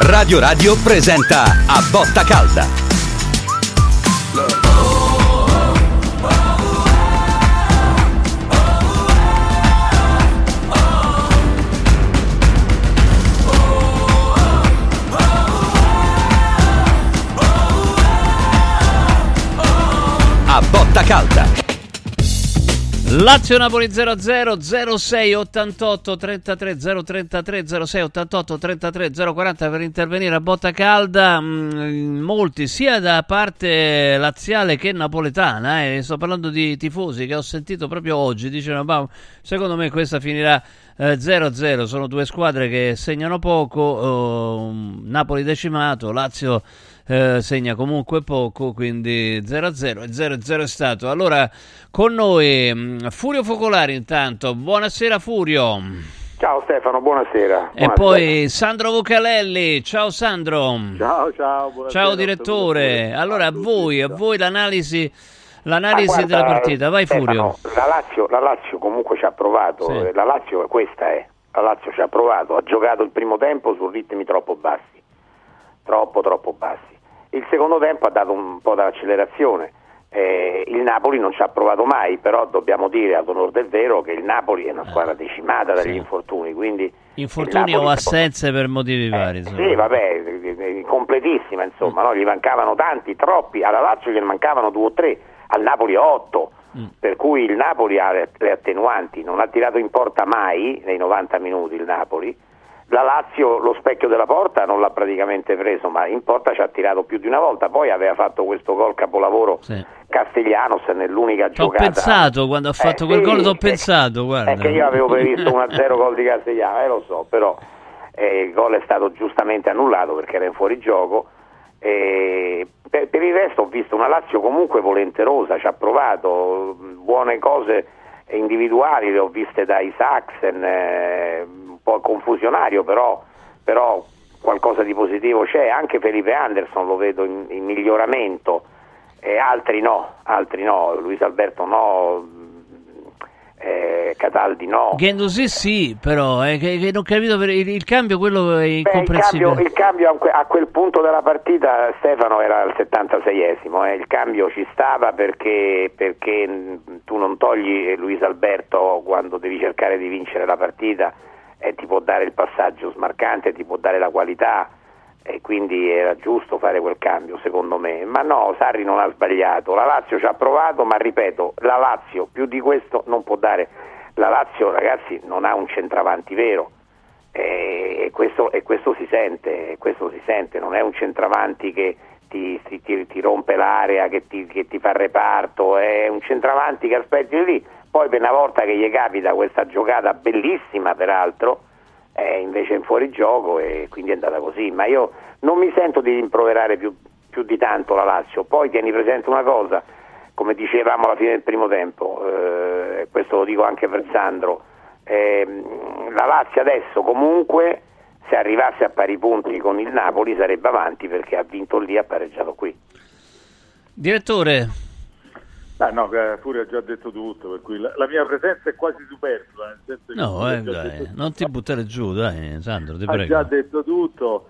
Radio Radio presenta A Botta Calda. A Botta Calda. Lazio-Napoli 0-0, 06 88 33 033 06 88 33 040 per intervenire a Botta Calda. Molti sia da parte laziale che napoletana, sto parlando di tifosi che ho sentito proprio oggi, dicevano secondo me questa finirà 0-0, sono due squadre che segnano poco, Napoli decimato, Lazio segna comunque poco, quindi 0-0 e 0-0 è stato. Allora con noi Furio Focolari, intanto buonasera Furio. Ciao Stefano, buonasera. E poi Sandro Vocalelli, ciao Sandro. Ciao, buonasera. Ciao direttore. Allora a voi l'analisi della partita, vai Furio. La Lazio comunque ci ha provato, sì. La Lazio ci ha provato, ha giocato il primo tempo su ritmi troppo bassi, troppo bassi. Il secondo tempo ha dato un po' d'accelerazione, il Napoli non ci ha provato mai, però dobbiamo dire ad onor del vero che il Napoli è una squadra decimata dagli infortuni, quindi infortuni o assenze per motivi vari. Sì, vabbè, completissima insomma, no? Gli mancavano troppi, alla Lazio gliene mancavano 2 o 3, al Napoli 8, per cui il Napoli ha le attenuanti, non ha tirato in porta mai nei 90 minuti il Napoli. La Lazio lo specchio della porta non l'ha praticamente preso, ma in porta ci ha tirato più di una volta, poi aveva fatto questo gol capolavoro Castellanos nell'unica giocata. Ho pensato quando ha fatto quel gol, guarda. È che io avevo previsto 1-0 gol di Castellanos, lo so, però il gol è stato giustamente annullato perché era in fuorigioco. Per il resto ho visto una Lazio comunque volenterosa, ci ha provato, buone cose individuali le ho viste da Isaacsen, un po' confusionario, però qualcosa di positivo c'è. Anche Felipe Anderson lo vedo in miglioramento, altri no, Luis Alberto no, Cataldi no. Guendouzi sì, però che non capito per il cambio, quello è incomprensibile. Il cambio a quel punto della partita, Stefano, era al 76esimo, il cambio ci stava perché tu non togli Luis Alberto quando devi cercare di vincere la partita, ti può dare il passaggio smarcante, ti può dare la qualità, e quindi era giusto fare quel cambio secondo me. Ma no, Sarri non ha sbagliato, la Lazio ci ha provato, ma ripeto, la Lazio più di questo non può dare. La Lazio, ragazzi, non ha un centravanti vero, e questo si sente, non è un centravanti che ti rompe l'area, che ti fa reparto, è un centravanti che aspetti lì, poi per una volta che gli capita questa giocata bellissima peraltro, invece in fuorigioco, e quindi è andata così. Ma io non mi sento di rimproverare più di tanto la Lazio. Poi tieni presente una cosa, come dicevamo alla fine del primo tempo, questo lo dico anche per Sandro, la Lazio adesso comunque, se arrivasse a pari punti con il Napoli, sarebbe avanti perché ha vinto lì e ha pareggiato qui. Direttore. No, Furio ha già detto tutto, per cui la mia presenza è quasi superflua, nel senso che dai, non ti buttare giù, dai Sandro, ti prego. Ha già detto tutto.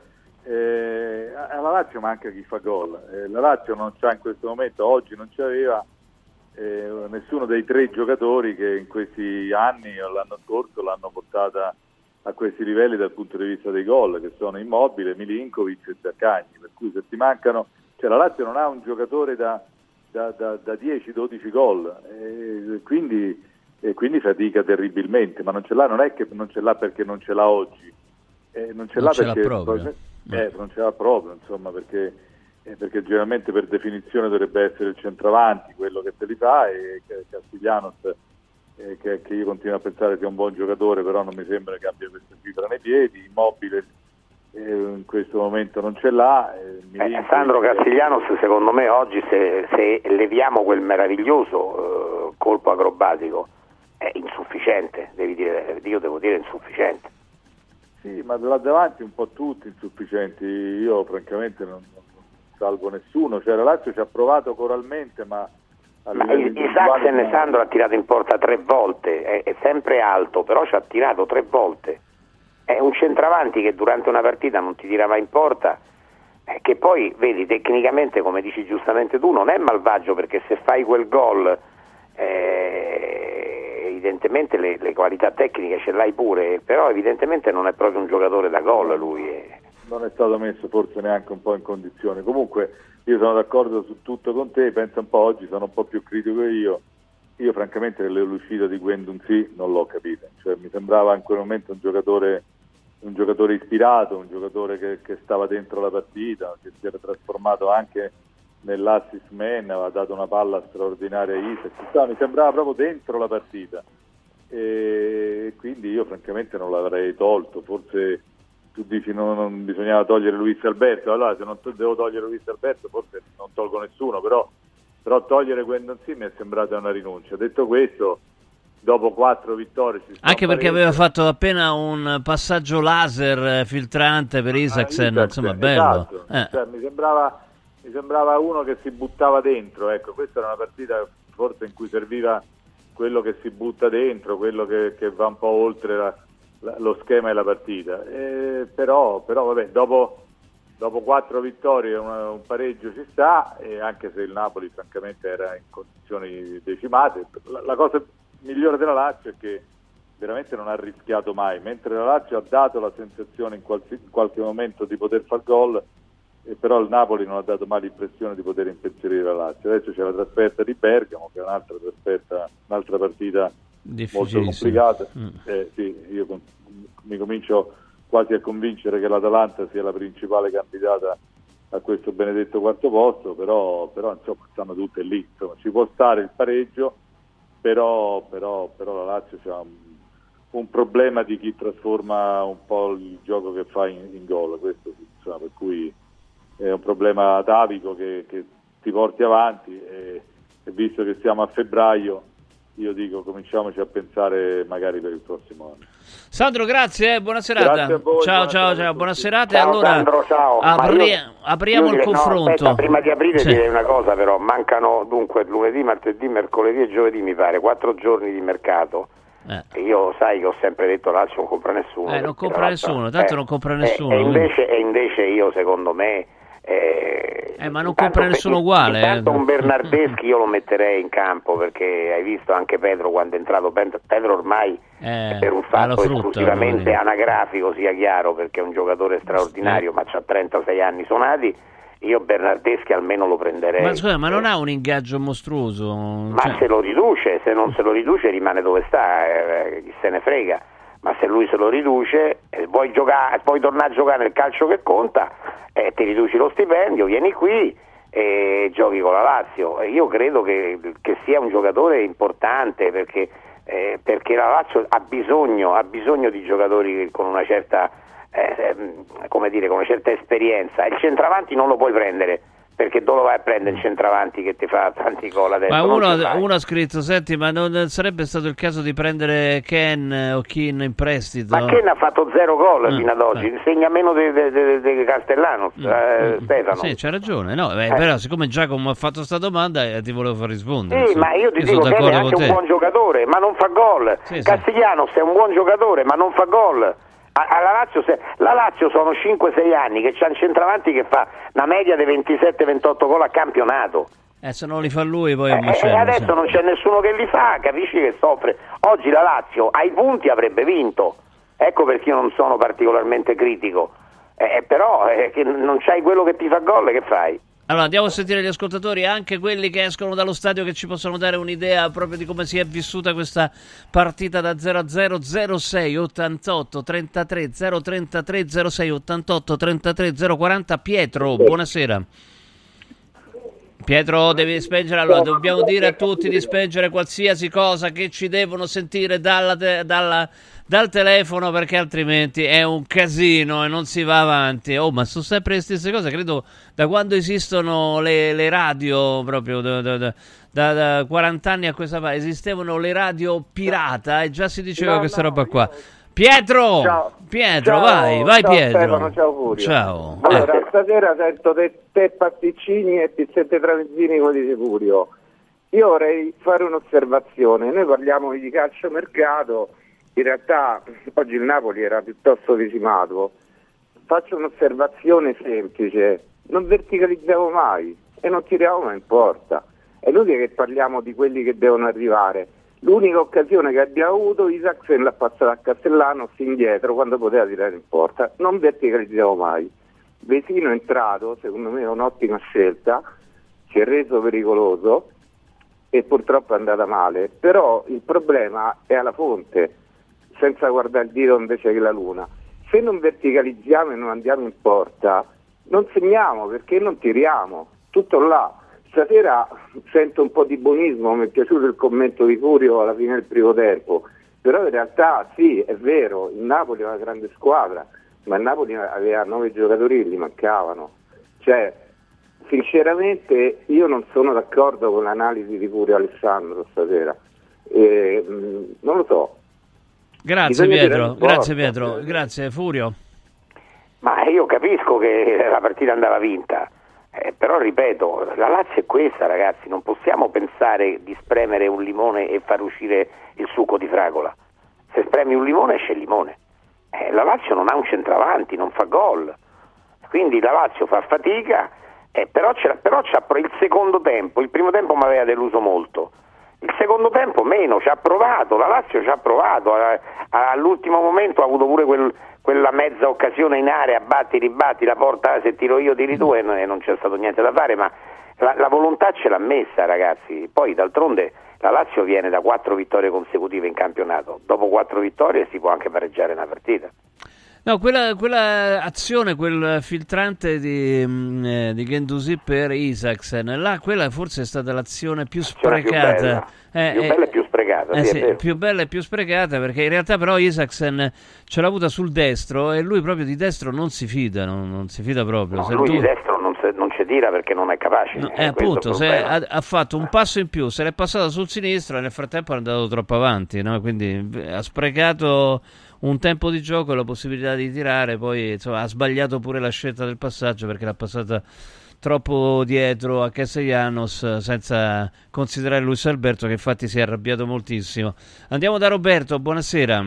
Alla Lazio manca chi fa gol. La Lazio non c'ha in questo momento, oggi non c'aveva nessuno dei 3 giocatori che in questi anni o l'anno scorso l'hanno portata a questi livelli dal punto di vista dei gol, che sono Immobile, Milinkovic e Zaccagni, per cui se ti mancano, la Lazio non ha un giocatore da 10-12 gol, quindi fatica terribilmente, ma non ce l'ha, non è che non ce l'ha perché non ce l'ha oggi, non ce l'ha proprio, insomma, perché generalmente per definizione dovrebbe essere il centravanti quello che te li fa, e Castellanos, che io continuo a pensare sia un buon giocatore, però non mi sembra che abbia questa cifra nei piedi. Immobile in questo momento non ce l'ha. Sandro Castellanos, secondo me oggi, se leviamo quel meraviglioso colpo acrobatico, è insufficiente, io devo dire insufficiente. Sì, ma là davanti un po' tutti insufficienti, io francamente non salvo nessuno, la Lazio ci ha provato coralmente, ma Isaacsen, Sandro, ha tirato in porta 3 volte, è sempre alto, però ci ha tirato 3 volte. È un centravanti che durante una partita non ti tira mai in porta, che poi, vedi, tecnicamente, come dici giustamente tu, non è malvagio, perché se fai quel gol, evidentemente le qualità tecniche ce l'hai pure, però evidentemente non è proprio un giocatore da gol lui. Non è stato messo forse neanche un po' in condizione. Comunque io sono d'accordo su tutto con te, pensa un po', oggi sono un po' più critico io francamente l'uscita di Guendouzi non l'ho capita, cioè mi sembrava in quel momento un giocatore ispirato, un giocatore che stava dentro la partita, che si era trasformato anche nell'assist man, aveva dato una palla straordinaria a Isak, mi sembrava proprio dentro la partita, e quindi io francamente non l'avrei tolto. Forse tu dici non bisognava togliere Luis Alberto, allora se non devo togliere Luis Alberto forse non tolgo nessuno, però togliere Guendouzi mi è sembrata una rinuncia. Detto questo, dopo 4 vittorie anche perché aveva fatto appena un passaggio laser filtrante per Isaksen, insomma, bello. Esatto. Cioè, mi sembrava uno che si buttava dentro, ecco, questa era una partita forse in cui serviva quello che si butta dentro, quello che va un po' oltre lo schema della partita, però vabbè, dopo 4 vittorie un pareggio ci sta, e anche se il Napoli francamente era in condizioni decimate. La cosa migliore della Lazio è che veramente non ha rischiato mai, mentre la Lazio ha dato la sensazione in qualche momento di poter far gol, però il Napoli non ha dato mai l'impressione di poter impensierire la Lazio. Adesso c'è la trasferta di Bergamo, che è un'altra partita molto complicata. Sì, io mi comincio quasi a convincere che l'Atalanta sia la principale candidata a questo benedetto quarto posto, però insomma stanno tutte lì, insomma, ci può stare il pareggio, però la Lazio c'ha un problema di chi trasforma un po' il gioco che fa in gol, questo insomma, per cui è un problema atavico che ti porti avanti, e visto che siamo a febbraio io dico cominciamoci a pensare magari per il prossimo anno. Sandro, grazie, buona serata. Grazie a voi, ciao, buona serata. Ciao, allora Sandro, ciao. apriamo il confronto. Aspetta, prima di aprire direi una cosa, però mancano dunque lunedì, martedì, mercoledì e giovedì, mi pare 4 giorni di mercato. E io sai che ho sempre detto Lazio non compra nessuno. Non compra nessuno, tanto non compra nessuno. E invece io, secondo me, ma non compra nessuno uguale. Intanto un Bernardeschi io lo metterei in campo, perché hai visto anche Pedro quando è entrato. Pedro ormai per un fatto esclusivamente anagrafico, sia chiaro, perché è un giocatore straordinario, ma c'ha 36 anni suonati. Io Bernardeschi almeno lo prenderei. Ma scusa, ma non ha un ingaggio mostruoso? Ma se lo riduce, se non se lo riduce rimane dove sta, chi se ne frega. Ma se lui se lo riduce, vuoi tornare a giocare nel calcio che conta, ti riduci lo stipendio, vieni qui e giochi con la Lazio. Io credo che sia un giocatore importante, perché la Lazio ha bisogno di giocatori con una certa con una certa esperienza. Il centravanti non lo puoi prendere, perché dove vai a prendere il centravanti che ti fa tanti gol adesso? Ma uno ha scritto: senti, ma non sarebbe stato il caso di prendere Ken o Keane in prestito? Ma Ken ha fatto 0 gol fino ad oggi, segna meno di Castellano, Stefano. Sì, c'ha ragione, no? Però siccome Giacomo ha fatto sta domanda ti volevo far rispondere. Sì, ma io ti dico, Ken è anche un buon giocatore, ma non fa gol. Sì, Castigliano è un buon giocatore, ma non fa gol. La Lazio sono 5-6 anni che c'ha un centravanti che fa una media di 27-28 gol a campionato. Se non li fa lui poi adesso non c'è nessuno che li fa, capisci che soffre. Oggi la Lazio ai punti avrebbe vinto, ecco perché io non sono particolarmente critico, però che non c'hai quello che ti fa gol, che fai? Allora andiamo a sentire gli ascoltatori, anche quelli che escono dallo stadio, che ci possono dare un'idea proprio di come si è vissuta questa partita da 0-0. 06 88 33 033 06 88 33 040. Pietro, buonasera. Pietro, devi spengere, allora dobbiamo dire a tutti di spengere qualsiasi cosa che ci devono sentire dal telefono, perché altrimenti è un casino e non si va avanti. Ma sono sempre le stesse cose, credo da quando esistono le radio, proprio da 40 anni a questa parte esistevano le radio pirata e già si diceva questa roba qua. Pietro, ciao. Pietro, vai ciao Pietro. Stefano, ciao Furio. Ciao. Allora, stasera sento te pasticcini e pizzette tramezzini, come dice Furio. Io vorrei fare un'osservazione. Noi parliamo di calciomercato in realtà oggi il Napoli era piuttosto decimato. Faccio un'osservazione semplice: non verticalizziamo mai e non tiriamo mai in porta. È inutile che parliamo di quelli che devono arrivare. L'unica occasione che abbiamo avuto, Isaacsen l'ha passata a Castellano indietro quando poteva tirare in porta. Non verticalizziamo mai. Vesino è entrato, secondo me è un'ottima scelta, si è reso pericoloso e purtroppo è andata male, però il problema è alla fonte, senza guardare il dito invece che la luna. Se non verticalizziamo e non andiamo in porta non segniamo, perché non tiriamo, tutto là. Stasera sento un po' di buonismo, mi è piaciuto il commento di Furio alla fine del primo tempo, però in realtà sì, è vero, il Napoli è una grande squadra, ma il Napoli aveva 9 giocatori che gli mancavano. Cioè, sinceramente io non sono d'accordo con l'analisi di Furio Alessandro stasera, non lo so. Grazie Pietro, grazie Furio. Ma io capisco che la partita andava vinta, però ripeto, la Lazio è questa, ragazzi, non possiamo pensare di spremere un limone e far uscire il succo di fragola. Se spremi un limone esce il limone. La Lazio non ha un centravanti, non fa gol, quindi la Lazio fa fatica, però c'ha il secondo tempo. Il primo tempo mi aveva deluso molto, il secondo tempo meno, ci ha provato, la Lazio ci ha provato, all'ultimo momento ha avuto pure quella mezza occasione in area, batti, ribatti, la porta, se tiro io tiri tu, e non c'è stato niente da fare, ma la volontà ce l'ha messa, ragazzi. Poi d'altronde la Lazio viene da 4 vittorie consecutive in campionato, dopo 4 vittorie si può anche pareggiare una partita. No, quella azione, quel filtrante di Guendouzi per Isaacsen, là quella forse è stata l'azione più sprecata. Più bella e più sprecata, sì, è vero. Più bella e più sprecata, perché in realtà però Isaacsen ce l'ha avuta sul destro e lui proprio di destro non si fida, non si fida proprio. No, lui di destro non ci tira perché non è capace. No, appunto, ha fatto un passo in più, se l'è passata sul sinistro e nel frattempo è andato troppo avanti, no? Quindi ha sprecato un tempo di gioco e la possibilità di tirare, poi insomma ha sbagliato pure la scelta del passaggio perché l'ha passata troppo dietro a Castellanos senza considerare Luis Alberto, che infatti si è arrabbiato moltissimo. Andiamo da Roberto, buonasera.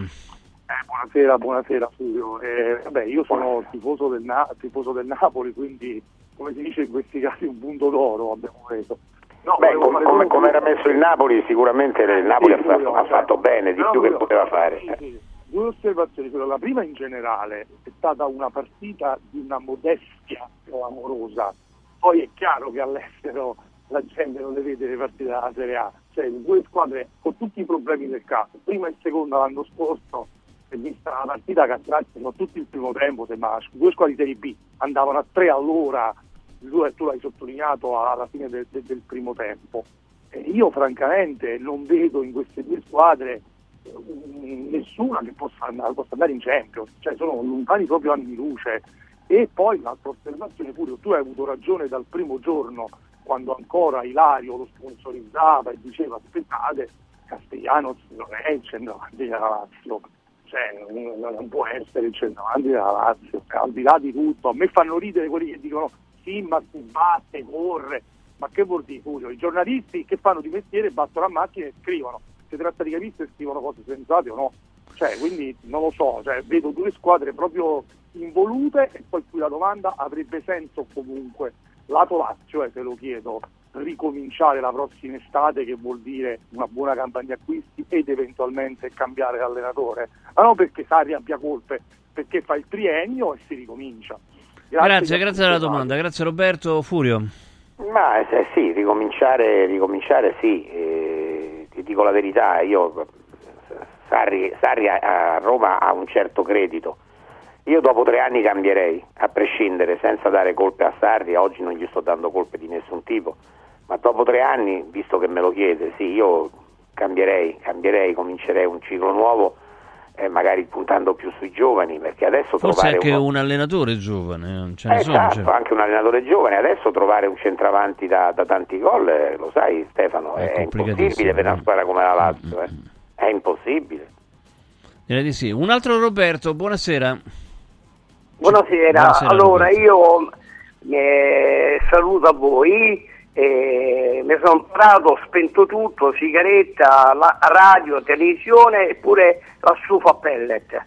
Buonasera Fulvio. Vabbè, io sono tifoso del Napoli, quindi come si dice in questi casi un punto d'oro abbiamo preso. No, come era messo il Napoli, sicuramente il Napoli ha fatto bene, di più che poteva fare. Sì. 2 osservazioni. La prima, in generale, è stata una partita di una modestia clamorosa. Poi è chiaro che all'estero la gente non le vede le partite della Serie A, cioè 2 squadre con tutti i problemi del caso, prima e seconda l'anno scorso, si è vista la partita che a tratti, soprattutto il primo tempo, sembra 2 squadre di Serie B, andavano a 3 all'ora, tu l'hai sottolineato alla fine del primo tempo. Io francamente non vedo in queste 2 squadre nessuna che possa andare in Champions, cioè sono lontani proprio anni di luce. E poi l'altra osservazione, pure tu hai avuto ragione dal primo giorno, quando ancora Ilario lo sponsorizzava e diceva aspettate, Castellanos non è il centravanti della Lazio, cioè non può essere il centravanti della Lazio, al di là di tutto. A me fanno ridere quelli che dicono sì, ma si batte, corre, ma che vuol dire Furio? I giornalisti che fanno di mestiere battono a macchina e scrivono, si tratta di capire se scrivono cose sensate o no, cioè quindi non lo so, cioè vedo 2 squadre proprio involute. E poi qui la domanda: avrebbe senso comunque lato Lazio, se lo chiedo, ricominciare la prossima estate, che vuol dire una buona campagna acquisti ed eventualmente cambiare l'allenatore, ma non perché Sarri abbia colpe, perché fa il triennio e si ricomincia. Grazie della domanda, grazie Roberto. Furio? Ma sì, ricominciare sì, ti dico la verità, io Sarri a Roma ha un certo credito. Io dopo 3 anni cambierei, a prescindere, senza dare colpe a Sarri. Oggi non gli sto dando colpe di nessun tipo, ma dopo 3 anni, visto che me lo chiede, sì, io cambierei, comincerei un ciclo nuovo, magari puntando più sui giovani, perché adesso forse anche un allenatore giovane, non ce ne sono, esatto, anche un allenatore giovane. Adesso trovare un centravanti da tanti gol, lo sai Stefano, è impossibile per una squadra come la Lazio, è impossibile. Direi di sì. Un altro Roberto, buonasera. Buonasera. Allora, io saluto a voi mi sono parato, ho spento tutto, sigaretta, radio, televisione e pure la stufa a pellet.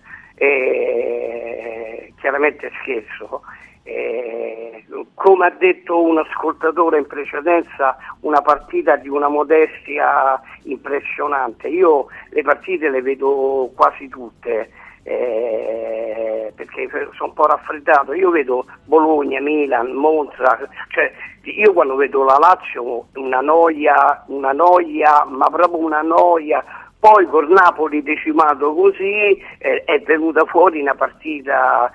Chiaramente scherzo. Come ha detto un ascoltatore in precedenza, una partita di una modestia impressionante. Io le partite le vedo quasi tutte, perché sono un po' raffreddato. Io vedo Bologna, Milan, Monza, cioè io quando vedo la Lazio una noia, ma proprio una noia. Poi col Napoli decimato così è venuta fuori una partita.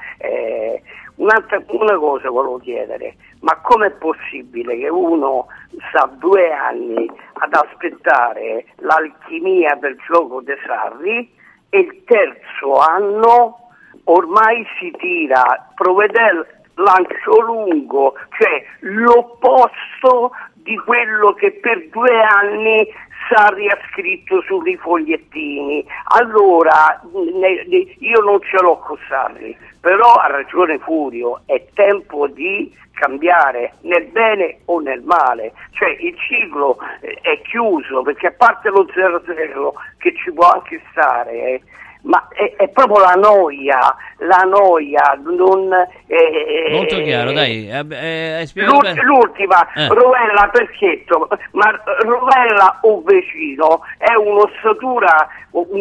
Una cosa volevo chiedere, ma com'è possibile che uno sta 2 anni ad aspettare l'alchimia del gioco dei Sarri e il terzo anno ormai si tira Provedel lancio lungo, cioè l'opposto di quello che per 2 anni Sarri ha scritto sui fogliettini. Allora, io non ce l'ho con Sarri, però ha ragione Furio, è tempo di cambiare nel bene o nel male, cioè il ciclo è chiuso, perché a parte lo 0-0 che ci può anche stare, ma è proprio la noia, non molto chiaro, dai, hai spiegato bene. L'ultima, Rovella Perchetto, ma Rovella o Vecino è un'ossatura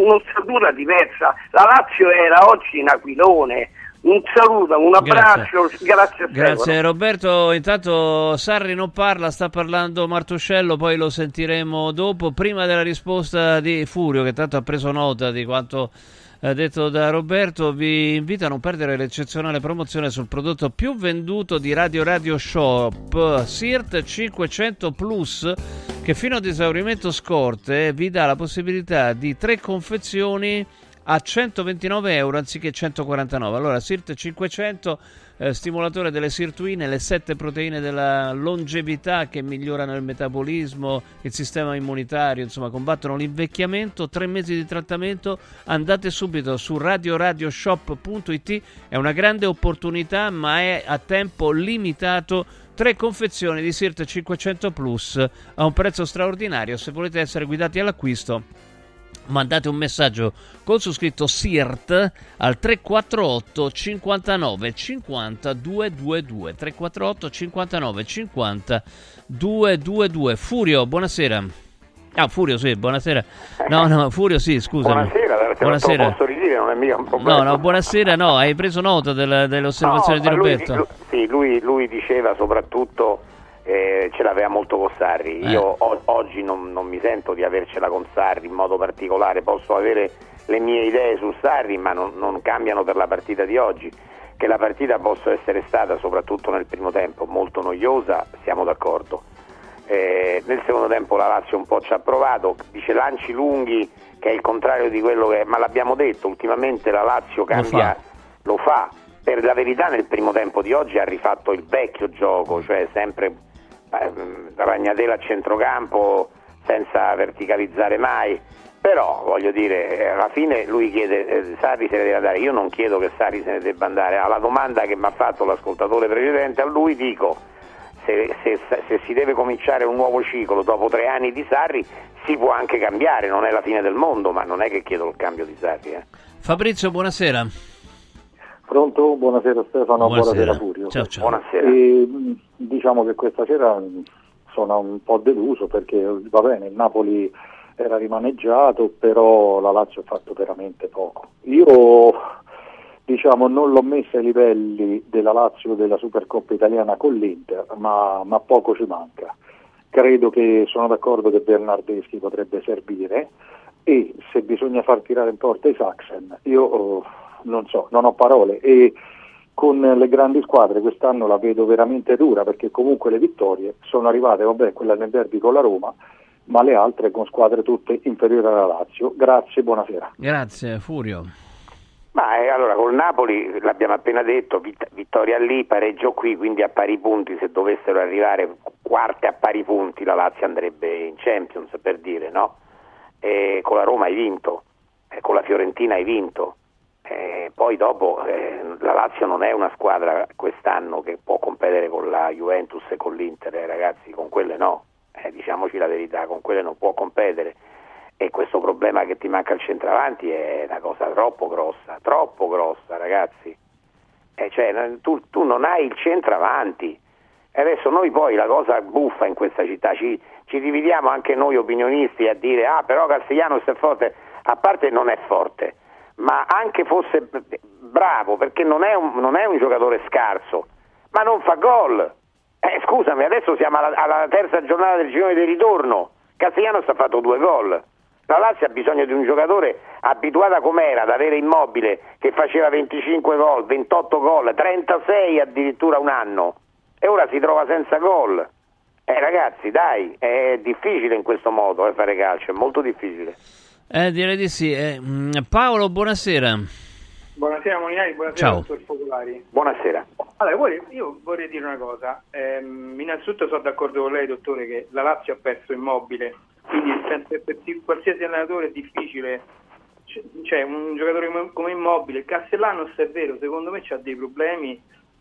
diversa. La Lazio era oggi in Aquilone. Un saluto, un abbraccio, grazie. Grazie Roberto. Intanto Sarri non parla, sta parlando Martuscello, poi lo sentiremo dopo. Prima della risposta di Furio, che tanto ha preso nota di quanto detto da Roberto, vi invito a non perdere l'eccezionale promozione sul prodotto più venduto di Radio Shop, Sirt 500 Plus, che fino ad esaurimento scorte vi dà la possibilità di 3 confezioni a 129 euro anziché 149. Allora, Sirt 500, stimolatore delle sirtuine, le 7 proteine della longevità che migliorano il metabolismo, il sistema immunitario, insomma combattono l'invecchiamento, 3 mesi di trattamento. Andate subito su radioshop.it, è una grande opportunità ma è a tempo limitato. 3 confezioni di Sirt 500 Plus a un prezzo straordinario. Se volete essere guidati all'acquisto, mandate un messaggio col su scritto SIRT al 348 59 50 222 348 59 50 222. Furio, buonasera. Furio, sì, buonasera. No, Furio, sì, scusami. Buonasera. Non posso ridire, non è mica un problema. No, buonasera, no, hai preso nota delle osservazioni di Roberto? Lui diceva soprattutto ce l'aveva molto con Sarri. Io oggi non mi sento di avercela con Sarri in modo particolare, posso avere le mie idee su Sarri, ma non cambiano per la partita di oggi. Che la partita possa essere stata, soprattutto nel primo tempo, molto noiosa, siamo d'accordo. Nel secondo tempo la Lazio un po' ci ha provato, dice lanci lunghi, che è il contrario di quello che, ma l'abbiamo detto, ultimamente la Lazio cambia, lo fa. Per la verità nel primo tempo di oggi ha rifatto il vecchio gioco, cioè sempre Ragnatela a centrocampo senza verticalizzare mai, però voglio dire, alla fine lui chiede Sarri se ne deve andare. Io non chiedo che Sarri se ne debba andare. Alla domanda che mi ha fatto l'ascoltatore precedente, a lui dico se si deve cominciare un nuovo ciclo dopo 3 anni di Sarri, si può anche cambiare, non è la fine del mondo, ma non è che chiedo il cambio di Sarri. Fabrizio, buonasera. Pronto? Buonasera Stefano, buonasera Furio. Ciao. Buonasera. Diciamo che questa sera sono un po' deluso perché va bene, il Napoli era rimaneggiato, però la Lazio ha fatto veramente poco. Io non l'ho messa ai livelli della Lazio della Supercoppa italiana con l'Inter, ma poco ci manca. Credo che sono d'accordo che Bernardeschi potrebbe servire e se bisogna far tirare in porta i Saxen, io non ho parole, e con le grandi squadre quest'anno la vedo veramente dura, perché comunque le vittorie sono arrivate, quella nel derby con la Roma, ma le altre con squadre tutte inferiori alla Lazio. Grazie, buonasera. Grazie, Furio. Ma allora col Napoli l'abbiamo appena detto, vittoria lì, pareggio qui, quindi a pari punti. Se dovessero arrivare quarte a pari punti la Lazio andrebbe in Champions, per dire, no? E con la Roma hai vinto, con la Fiorentina hai vinto, Poi dopo la Lazio non è una squadra quest'anno che può competere con la Juventus e con l'Inter, ragazzi, con quelle no, diciamoci la verità, con quelle non può competere, e questo problema che ti manca il centravanti è una cosa troppo grossa, ragazzi. Cioè, tu non hai il centravanti, e adesso noi poi la cosa buffa in questa città, ci dividiamo anche noi opinionisti a dire però Castellanos è forte, a parte non è forte, ma anche fosse bravo, perché non è un giocatore scarso, ma non fa gol. Scusami, adesso siamo alla terza giornata del girone di ritorno, Castellanos ha fatto 2 gol. La Lazio ha bisogno di un giocatore abituata com'era ad avere Immobile che faceva 25 gol, 28 gol, 36 addirittura un anno, e ora si trova senza gol. Ragazzi, dai, è difficile in questo modo fare calcio, è molto difficile. Direi di sì. Paolo, buonasera. Buonasera Molinari, buonasera dottor Focolari. Buonasera. Allora, io vorrei dire una cosa. Innanzitutto sono d'accordo con lei, dottore, che la Lazio ha perso Immobile, quindi per qualsiasi allenatore è difficile. Cioè, un giocatore come Immobile, Castellanos è vero, secondo me c'ha dei problemi,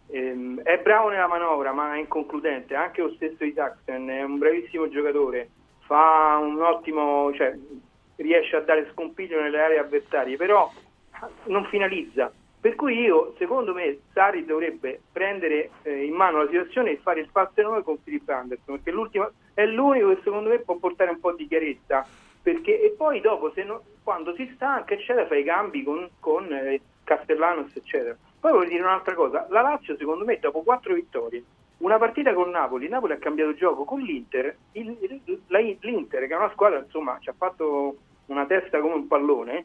è bravo nella manovra ma è inconcludente, anche lo stesso Isaacsen è un bravissimo giocatore, fa un ottimo, cioè riesce a dare scompiglio nelle aree avversarie, però non finalizza, per cui secondo me Sarri dovrebbe prendere in mano la situazione e fare il passo enorme con Philippe Anderson, perché l'ultimo è l'unico che secondo me può portare un po' di chiarezza, perché e poi dopo quando si stanca eccetera fa i cambi con Castellanos eccetera. Poi voglio dire un'altra cosa, la Lazio secondo me dopo 4 vittorie, una partita con Napoli ha cambiato gioco, con l'Inter, l'Inter che è una squadra insomma ci ha fatto una testa come un pallone,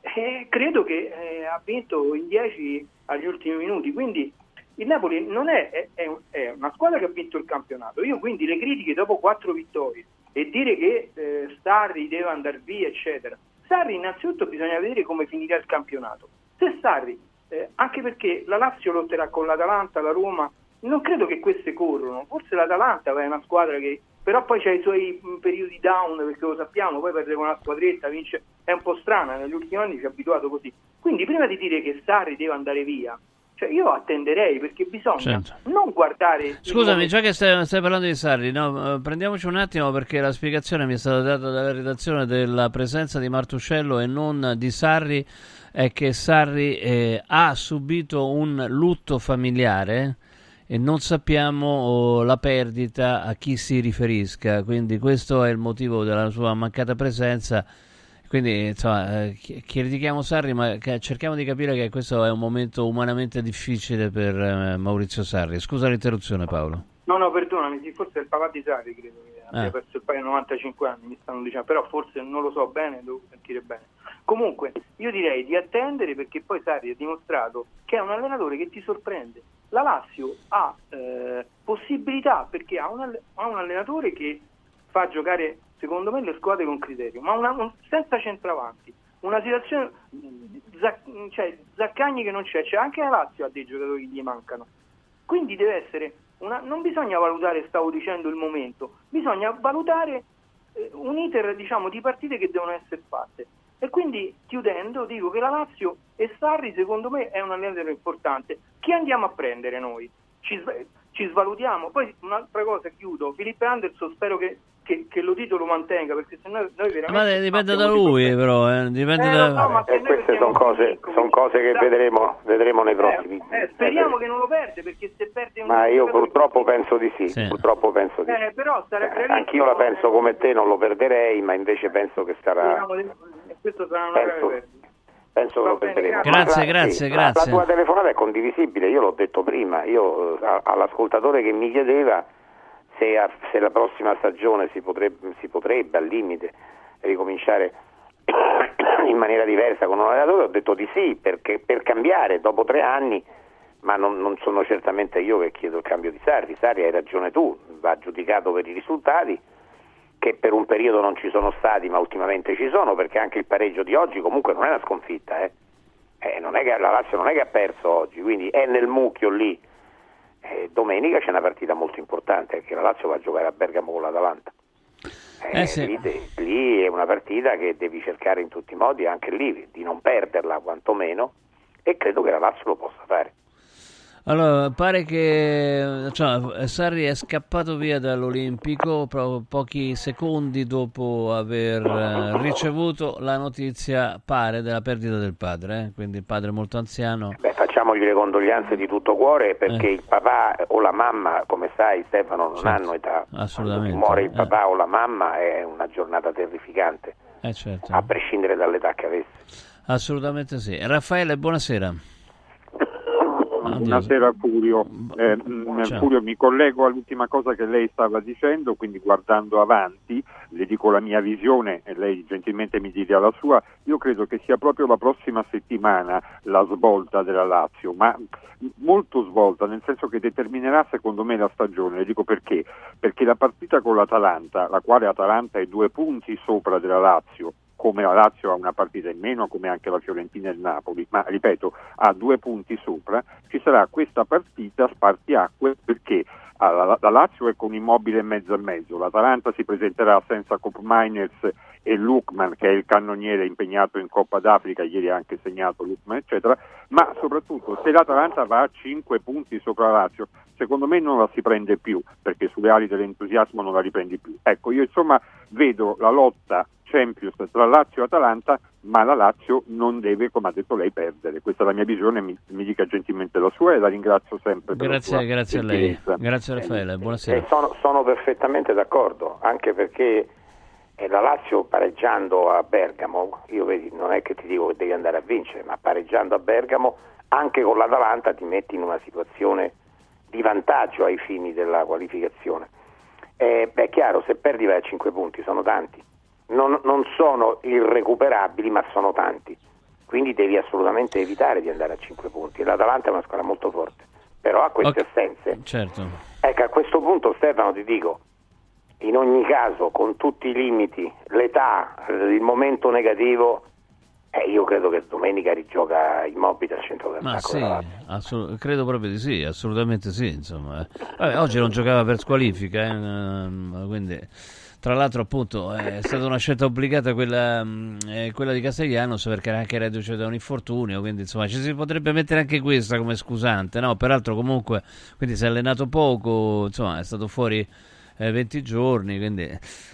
credo che ha vinto in 10 agli ultimi minuti, quindi il Napoli non è una squadra che ha vinto il campionato. Io quindi le critiche dopo 4 vittorie e dire che Sarri deve andare via eccetera, Sarri innanzitutto bisogna vedere come finirà il campionato. Se Sarri, anche perché la Lazio lotterà con l'Atalanta, la Roma, non credo che queste corrono, forse l'Atalanta è una squadra che però poi c'ha i suoi periodi down, perché lo sappiamo, poi perde con una squadretta, vince, è un po' strana, negli ultimi anni ci è abituato così. Quindi prima di dire che Sarri deve andare via, cioè io attenderei, perché bisogna non guardare... Scusami, già che stai parlando di Sarri, prendiamoci un attimo, perché la spiegazione mi è stata data dalla redazione della presenza di Martuscello e non di Sarri, è che Sarri ha subito un lutto familiare e non sappiamo la perdita a chi si riferisca, quindi questo è il motivo della sua mancata presenza. Quindi insomma critichiamo Sarri, ma cerchiamo di capire che questo è un momento umanamente difficile per Maurizio Sarri. Scusa l'interruzione, Paolo. No, perdonami, forse è il papà di Sarri, credo che abbia perso il paio 95 anni, mi stanno dicendo, però forse non lo so bene, devo sentire bene. Comunque io direi di attendere, perché poi Sarri ha dimostrato che è un allenatore che ti sorprende. La Lazio ha possibilità, perché ha un allenatore che fa giocare secondo me le squadre con criterio, ma senza centravanti, una situazione, cioè Zaccagni che non c'è anche la Lazio ha dei giocatori che gli mancano, quindi deve essere non bisogna valutare, stavo dicendo, il momento, bisogna valutare un iter, diciamo, di partite che devono essere fatte. E quindi, chiudendo, dico che la Lazio e Sarri secondo me è un allenatore importante. Chi andiamo a prendere noi? Ci svalutiamo. Poi un'altra cosa, chiudo, Philippe Anderson spero che lo titolo mantenga, perché se noi veramente... Ma dipende da lui, però dipende da... queste sono cose che vedremo nei prossimi. Speriamo che non lo perde, perché se perde... Ma io purtroppo penso di sì. Purtroppo penso di sì. Però anch'io la penso come te, non lo perderei, ma invece penso che sarà... Questo sarà una grave perdita. Penso che lo perderemo. Grazie. La tua telefonata è condivisibile, io l'ho detto prima, io all'ascoltatore che mi chiedeva se la prossima stagione si potrebbe al limite ricominciare in maniera diversa con un allenatore, ho detto di sì, perché per cambiare dopo 3 anni, ma non sono certamente io che chiedo il cambio di Sarri. Sarri, hai ragione tu, va giudicato per i risultati che per un periodo non ci sono stati, ma ultimamente ci sono, perché anche il pareggio di oggi comunque non è una sconfitta, non è che la Lazio non è che ha perso oggi, quindi è nel mucchio lì. Domenica c'è una partita molto importante, perché la Lazio va a giocare a Bergamo con l'Atalanta. Sì. Lì è una partita che devi cercare in tutti i modi, anche lì, di non perderla quantomeno, e credo che la Lazio lo possa fare. Allora, pare che Sarri è scappato via dall'Olimpico proprio pochi secondi dopo aver ricevuto la notizia, pare, della perdita del padre, quindi il padre molto anziano. Facciamogli le condoglianze di tutto cuore, perché il papà o la mamma, come sai Stefano, non hanno età. Assolutamente. Quando muore il papà o la mamma è una giornata terrificante, certo. a prescindere dall'età che avesse. Assolutamente sì. Raffaele, buonasera. Buonasera Furio. Furio, mi collego all'ultima cosa che lei stava dicendo, quindi guardando avanti, le dico la mia visione e lei gentilmente mi dirà la sua. Io credo che sia proprio la prossima settimana la svolta della Lazio, ma molto svolta, nel senso che determinerà secondo me la stagione. Le dico perché la partita con l'Atalanta, la quale Atalanta è 2 punti sopra della Lazio, come la Lazio ha una partita in meno, come anche la Fiorentina e il Napoli, ma ripeto, ha 2 punti sopra, ci sarà questa partita spartiacque, perché la Lazio è con Immobile e mezzo, l'Atalanta si presenterà senza Koopmeiners e Lookman, che è il cannoniere impegnato in Coppa d'Africa, ieri ha anche segnato Lookman, eccetera, ma soprattutto se l'Atalanta va a 5 punti sopra la Lazio, secondo me non la si prende più, perché sulle ali dell'entusiasmo non la riprendi più. Ecco, io insomma vedo la lotta Champions tra Lazio e Atalanta, ma la Lazio non deve, come ha detto lei, perdere. Questa è la mia visione, mi dica gentilmente la sua e la ringrazio sempre per grazie a lei. Grazie Raffaele, buonasera. Sono perfettamente d'accordo, anche perché la Lazio pareggiando a Bergamo, io vedi, non è che ti dico che devi andare a vincere, ma pareggiando a Bergamo anche con l'Atalanta ti metti in una situazione di vantaggio ai fini della qualificazione. È chiaro, se perdi vai a 5 punti, sono tanti. Non sono irrecuperabili, ma sono tanti, quindi devi assolutamente evitare di andare a 5 punti. L'Atalanta è una squadra molto forte, però ha queste assenze. Certo. Ecco, a questo punto Stefano ti dico, in ogni caso, con tutti i limiti, l'età, il momento negativo, io credo che domenica rigioca Immobile al centro del campo. Ma sì, credo proprio di sì, assolutamente sì, insomma. Vabbè, oggi non giocava per squalifica, quindi... Tra l'altro appunto è stata una scelta obbligata quella di Castellanos, perché era anche reduce da un infortunio, quindi insomma ci si potrebbe mettere anche questa come scusante, no? Peraltro comunque quindi si è allenato poco, insomma è stato fuori 20 giorni, quindi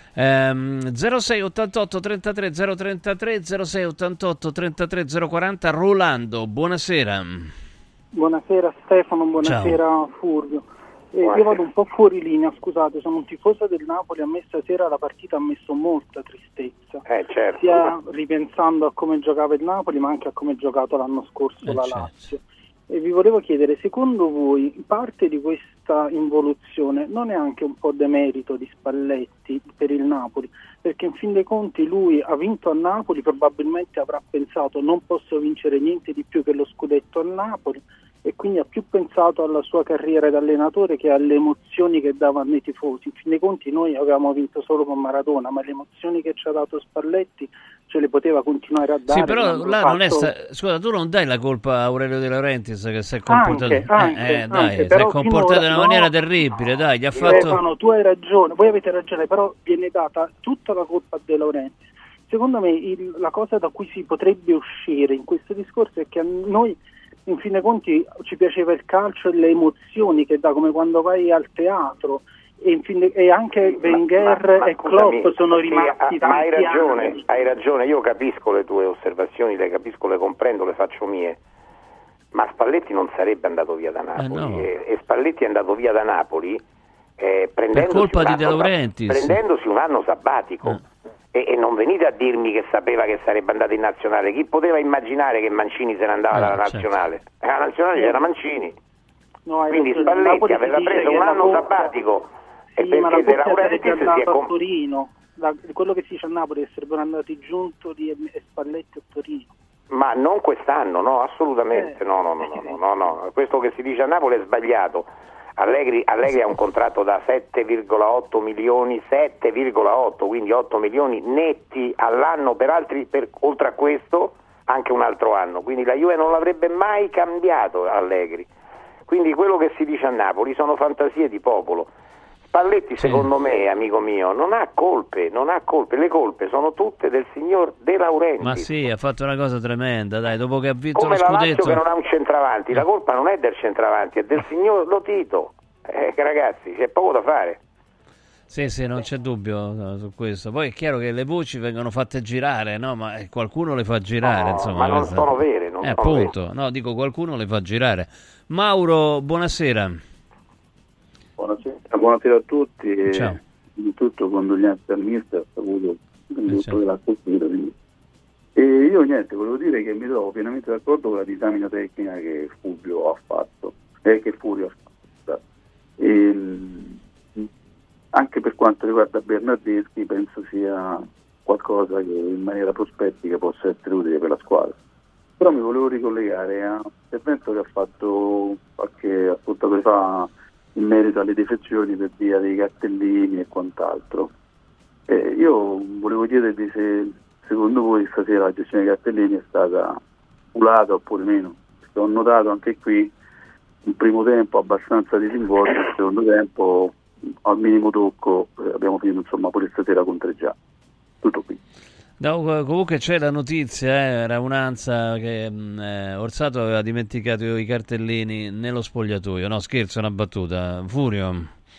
06 88 33 033 06 88 33 040. Rolando, buonasera. Buonasera Stefano, buonasera. Ciao. Fulvio. Io vado un po' fuori linea, scusate, sono un tifoso del Napoli, a me stasera la partita ha messo molta tristezza, certo. Sia ripensando a come giocava il Napoli ma anche a come ha giocato l'anno scorso la Lazio. E vi volevo chiedere, secondo voi parte di questa involuzione non è anche un po' demerito di Spalletti per il Napoli? Perché in fin dei conti lui ha vinto a Napoli, probabilmente avrà pensato non posso vincere niente di più che lo scudetto a Napoli, e quindi ha più pensato alla sua carriera da allenatore che alle emozioni che davano ai tifosi. In fin dei conti noi avevamo vinto solo con Maradona, ma le emozioni che ci ha dato Spalletti ce le poteva continuare a dare. Sì, però là non è scusa, tu non dai la colpa a Aurelio De Laurentiis, che si è comportato si è comportato in una maniera terribile, dai, gli ha fatto... Stefano, tu hai ragione, voi avete ragione, però viene data tutta la colpa a De Laurentiis. Secondo me la cosa da cui si potrebbe uscire in questo discorso è che a noi in fin dei conti ci piaceva il calcio e le emozioni che dà, come quando vai al teatro, e anche Wenger e Klopp sono rimasti tanti anni. Hai ragione, io capisco le tue osservazioni, le capisco, le comprendo, le faccio mie, ma Spalletti non sarebbe andato via da Napoli, e Spalletti è andato via da Napoli prendendosi un anno sabbatico. E non venite a dirmi che sapeva che sarebbe andato in nazionale. Chi poteva immaginare che Mancini se ne andava dalla nazionale? La nazionale c'era Mancini. Quindi Spalletti aveva preso un anno sabbatico, e perché De Laurentiis si è a Torino. Quello che si dice a Napoli è che sarebbero andati Giuntoli e Spalletti a Torino. Ma non quest'anno, no, assolutamente no. Questo che si dice a Napoli è sbagliato. Allegri ha un contratto da 7,8 milioni, 7,8, quindi 8 milioni netti all'anno per oltre a questo anche un altro anno, quindi la Juve non l'avrebbe mai cambiato Allegri. Quindi quello che si dice a Napoli sono fantasie di popolo. Spalletti, secondo me, amico mio, non ha colpe, le colpe sono tutte del signor De Laurentiis. Ma sì, ha fatto una cosa tremenda, dai, dopo che ha vinto come lo scudetto. Come la Lazio che non ha un centravanti, la colpa non è del centravanti, è del signor Lotito. Ragazzi, c'è poco da fare. Sì, non c'è dubbio su questo. Poi è chiaro che le voci vengono fatte girare, no? Ma qualcuno le fa girare, insomma. Ma non sono vere, non sono appunto, vere. No, dico qualcuno le fa girare. Mauro, buonasera. Buonasera a tutti. Ciao. Innanzitutto condoglianze al mister, ha avuto il lutto della colpita. E io volevo dire che mi trovo pienamente d'accordo con la disamina tecnica che Furio ha fatto. Anche per quanto riguarda Bernardeschi penso sia qualcosa che in maniera prospettica possa essere utile per la squadra. Però mi volevo ricollegare all'intervento che ha fatto qualche ascoltatore fa in merito alle defezioni per via dei cartellini e quant'altro. Io volevo chiedervi se secondo voi stasera la gestione dei cartellini è stata oculata oppure meno, perché ho notato anche qui un primo tempo abbastanza disinvolto, il secondo tempo al minimo tocco abbiamo finito pure stasera contreggiato. Tutto qui. No, comunque c'è la notizia, era un'ansia che Orsato aveva dimenticato i cartellini nello spogliatoio. No, scherzo, è una battuta. Furio.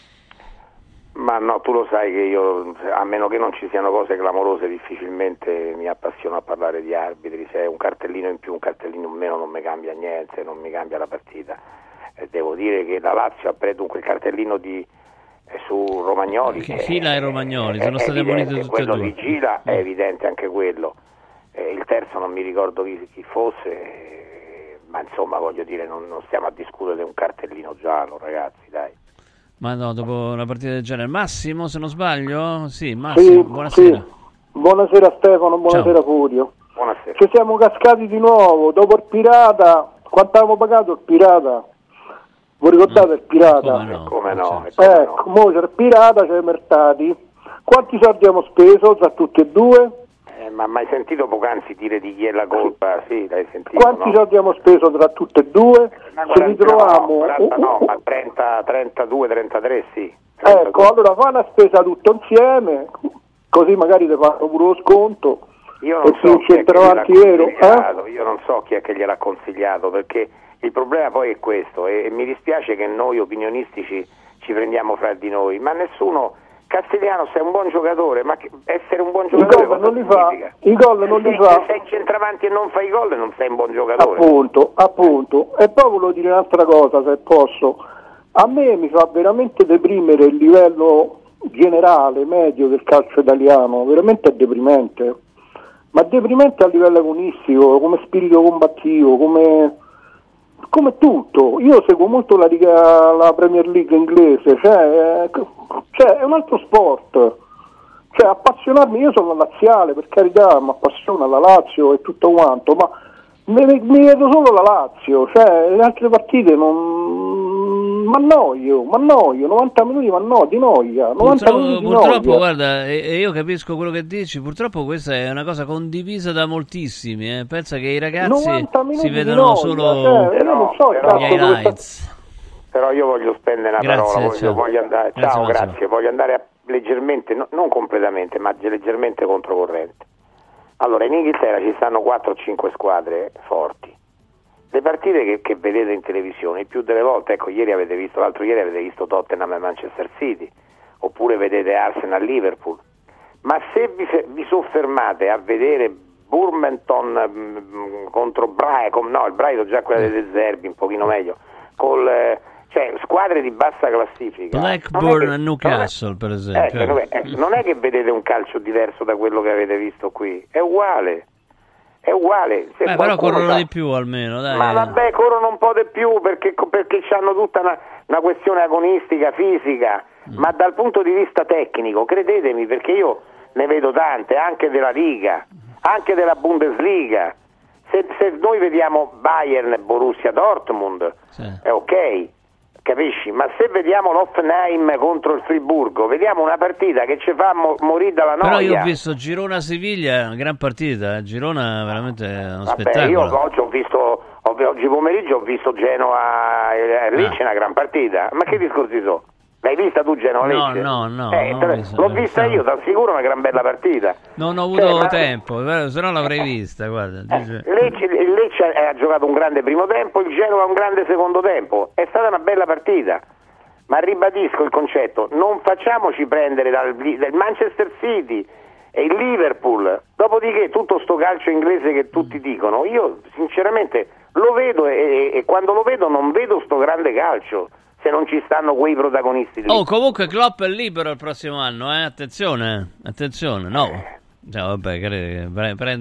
Ma no, tu lo sai che io, a meno che non ci siano cose clamorose, difficilmente mi appassiono a parlare di arbitri. Se è un cartellino in più, un cartellino in meno non mi cambia niente, non mi cambia la partita. Devo dire che la Lazio ha preso dunque il cartellino su Romagnoli, che Fila e Romagnoli sono stati ammoniti tutti e quello due. di Gila è evidente anche quello, il terzo non mi ricordo chi fosse, ma insomma voglio dire non stiamo a discutere di un cartellino giallo, ragazzi, dai. Ma no, dopo una partita del genere. Massimo, se non sbaglio? Sì, Massimo, buonasera. Sì. Buonasera Stefano, buonasera. Ciao. Furio. Buonasera. Ci siamo cascati di nuovo dopo il Pirata. Quanto avevamo pagato il Pirata? Vi ricordate il Pirata? Come no? Mo c'è il Pirata, c'è i Mertati. Quanti soldi abbiamo speso tra tutti e due? Ma mai sentito poc'anzi dire di chi è la colpa? Sì, l'hai sentito. Quanti soldi abbiamo speso tra tutte e due? Se ritroviamo... ma 30, 32, 33 sì. 32. Ecco, allora fa una spesa tutto insieme, così magari ti fanno pure lo sconto. Io non so chi è che vero, io non so chi è che gliel'ha consigliato, perché il problema poi è questo, e mi dispiace che noi opinionistici ci prendiamo fra di noi, ma nessuno... Castigliano, sei un buon giocatore, ma essere un buon giocatore i gol non li fa. Se sei centravanti e non fai i gol non sei un buon giocatore. Appunto. E poi volevo dire un'altra cosa, se posso. A me mi fa veramente deprimere il livello generale, medio del calcio italiano, veramente è deprimente. Ma deprimente a livello agonistico, come spirito combattivo, come tutto. Io seguo molto la Premier League inglese, cioè è un altro sport, cioè appassionarmi, io sono laziale, per carità, mi appassiona la Lazio e tutto quanto, ma mi vedo solo la Lazio, cioè le altre partite mi annoio, 90 minuti di noia, 90 minuti di purtroppo noia. Guarda, io capisco quello che dici, purtroppo questa è una cosa condivisa da moltissimi, pensa che i ragazzi si vedono solo gli highlights. Però io voglio spendere una parola, voglio andare, voglio andare leggermente, non completamente, ma leggermente controcorrente. Allora, in Inghilterra ci stanno 4 o 5 squadre forti. Le partite che vedete in televisione, il più delle volte, ecco, l'altro ieri avete visto Tottenham e Manchester City, oppure vedete Arsenal Liverpool. Ma se vi soffermate a vedere Bournemouth contro Brighton, no, il Brighton già quella dei Zerbi, un pochino meglio, cioè squadre di bassa classifica, Blackburn e Newcastle per esempio, non è che vedete un calcio diverso da quello che avete visto qui, è uguale. Però corrono di più almeno, dai. Ma vabbè, corrono un po' di più perché hanno tutta una questione agonistica, fisica, ma dal punto di vista tecnico, credetemi, perché io ne vedo tante, anche della Liga, anche della Bundesliga. Se noi vediamo Bayern e Borussia Dortmund, è ok, capisci? Ma se vediamo l'Hoffenheim contro il Friburgo, vediamo una partita che ci fa morire dalla noia. Però io ho visto Girona-Siviglia, una gran partita, Girona veramente è uno spettacolo. Io oggi pomeriggio ho visto Genoa e Lecce, una gran partita, ma che discorsi sono? L'hai vista tu Genova-Lecce? No. L'ho vista io, ti assicuro, una gran bella partita. Non ho avuto tempo, se no l'avrei vista, guarda. Il Lecce ha giocato un grande primo tempo, il Genova un grande secondo tempo. È stata una bella partita. Ma ribadisco il concetto, non facciamoci prendere dal Manchester City e il Liverpool. Dopodiché tutto sto calcio inglese che tutti dicono, io sinceramente lo vedo e quando lo vedo non vedo sto grande calcio. Se non ci stanno quei protagonisti lì. Comunque Klopp è libero il prossimo anno, attenzione, no. Vabbè,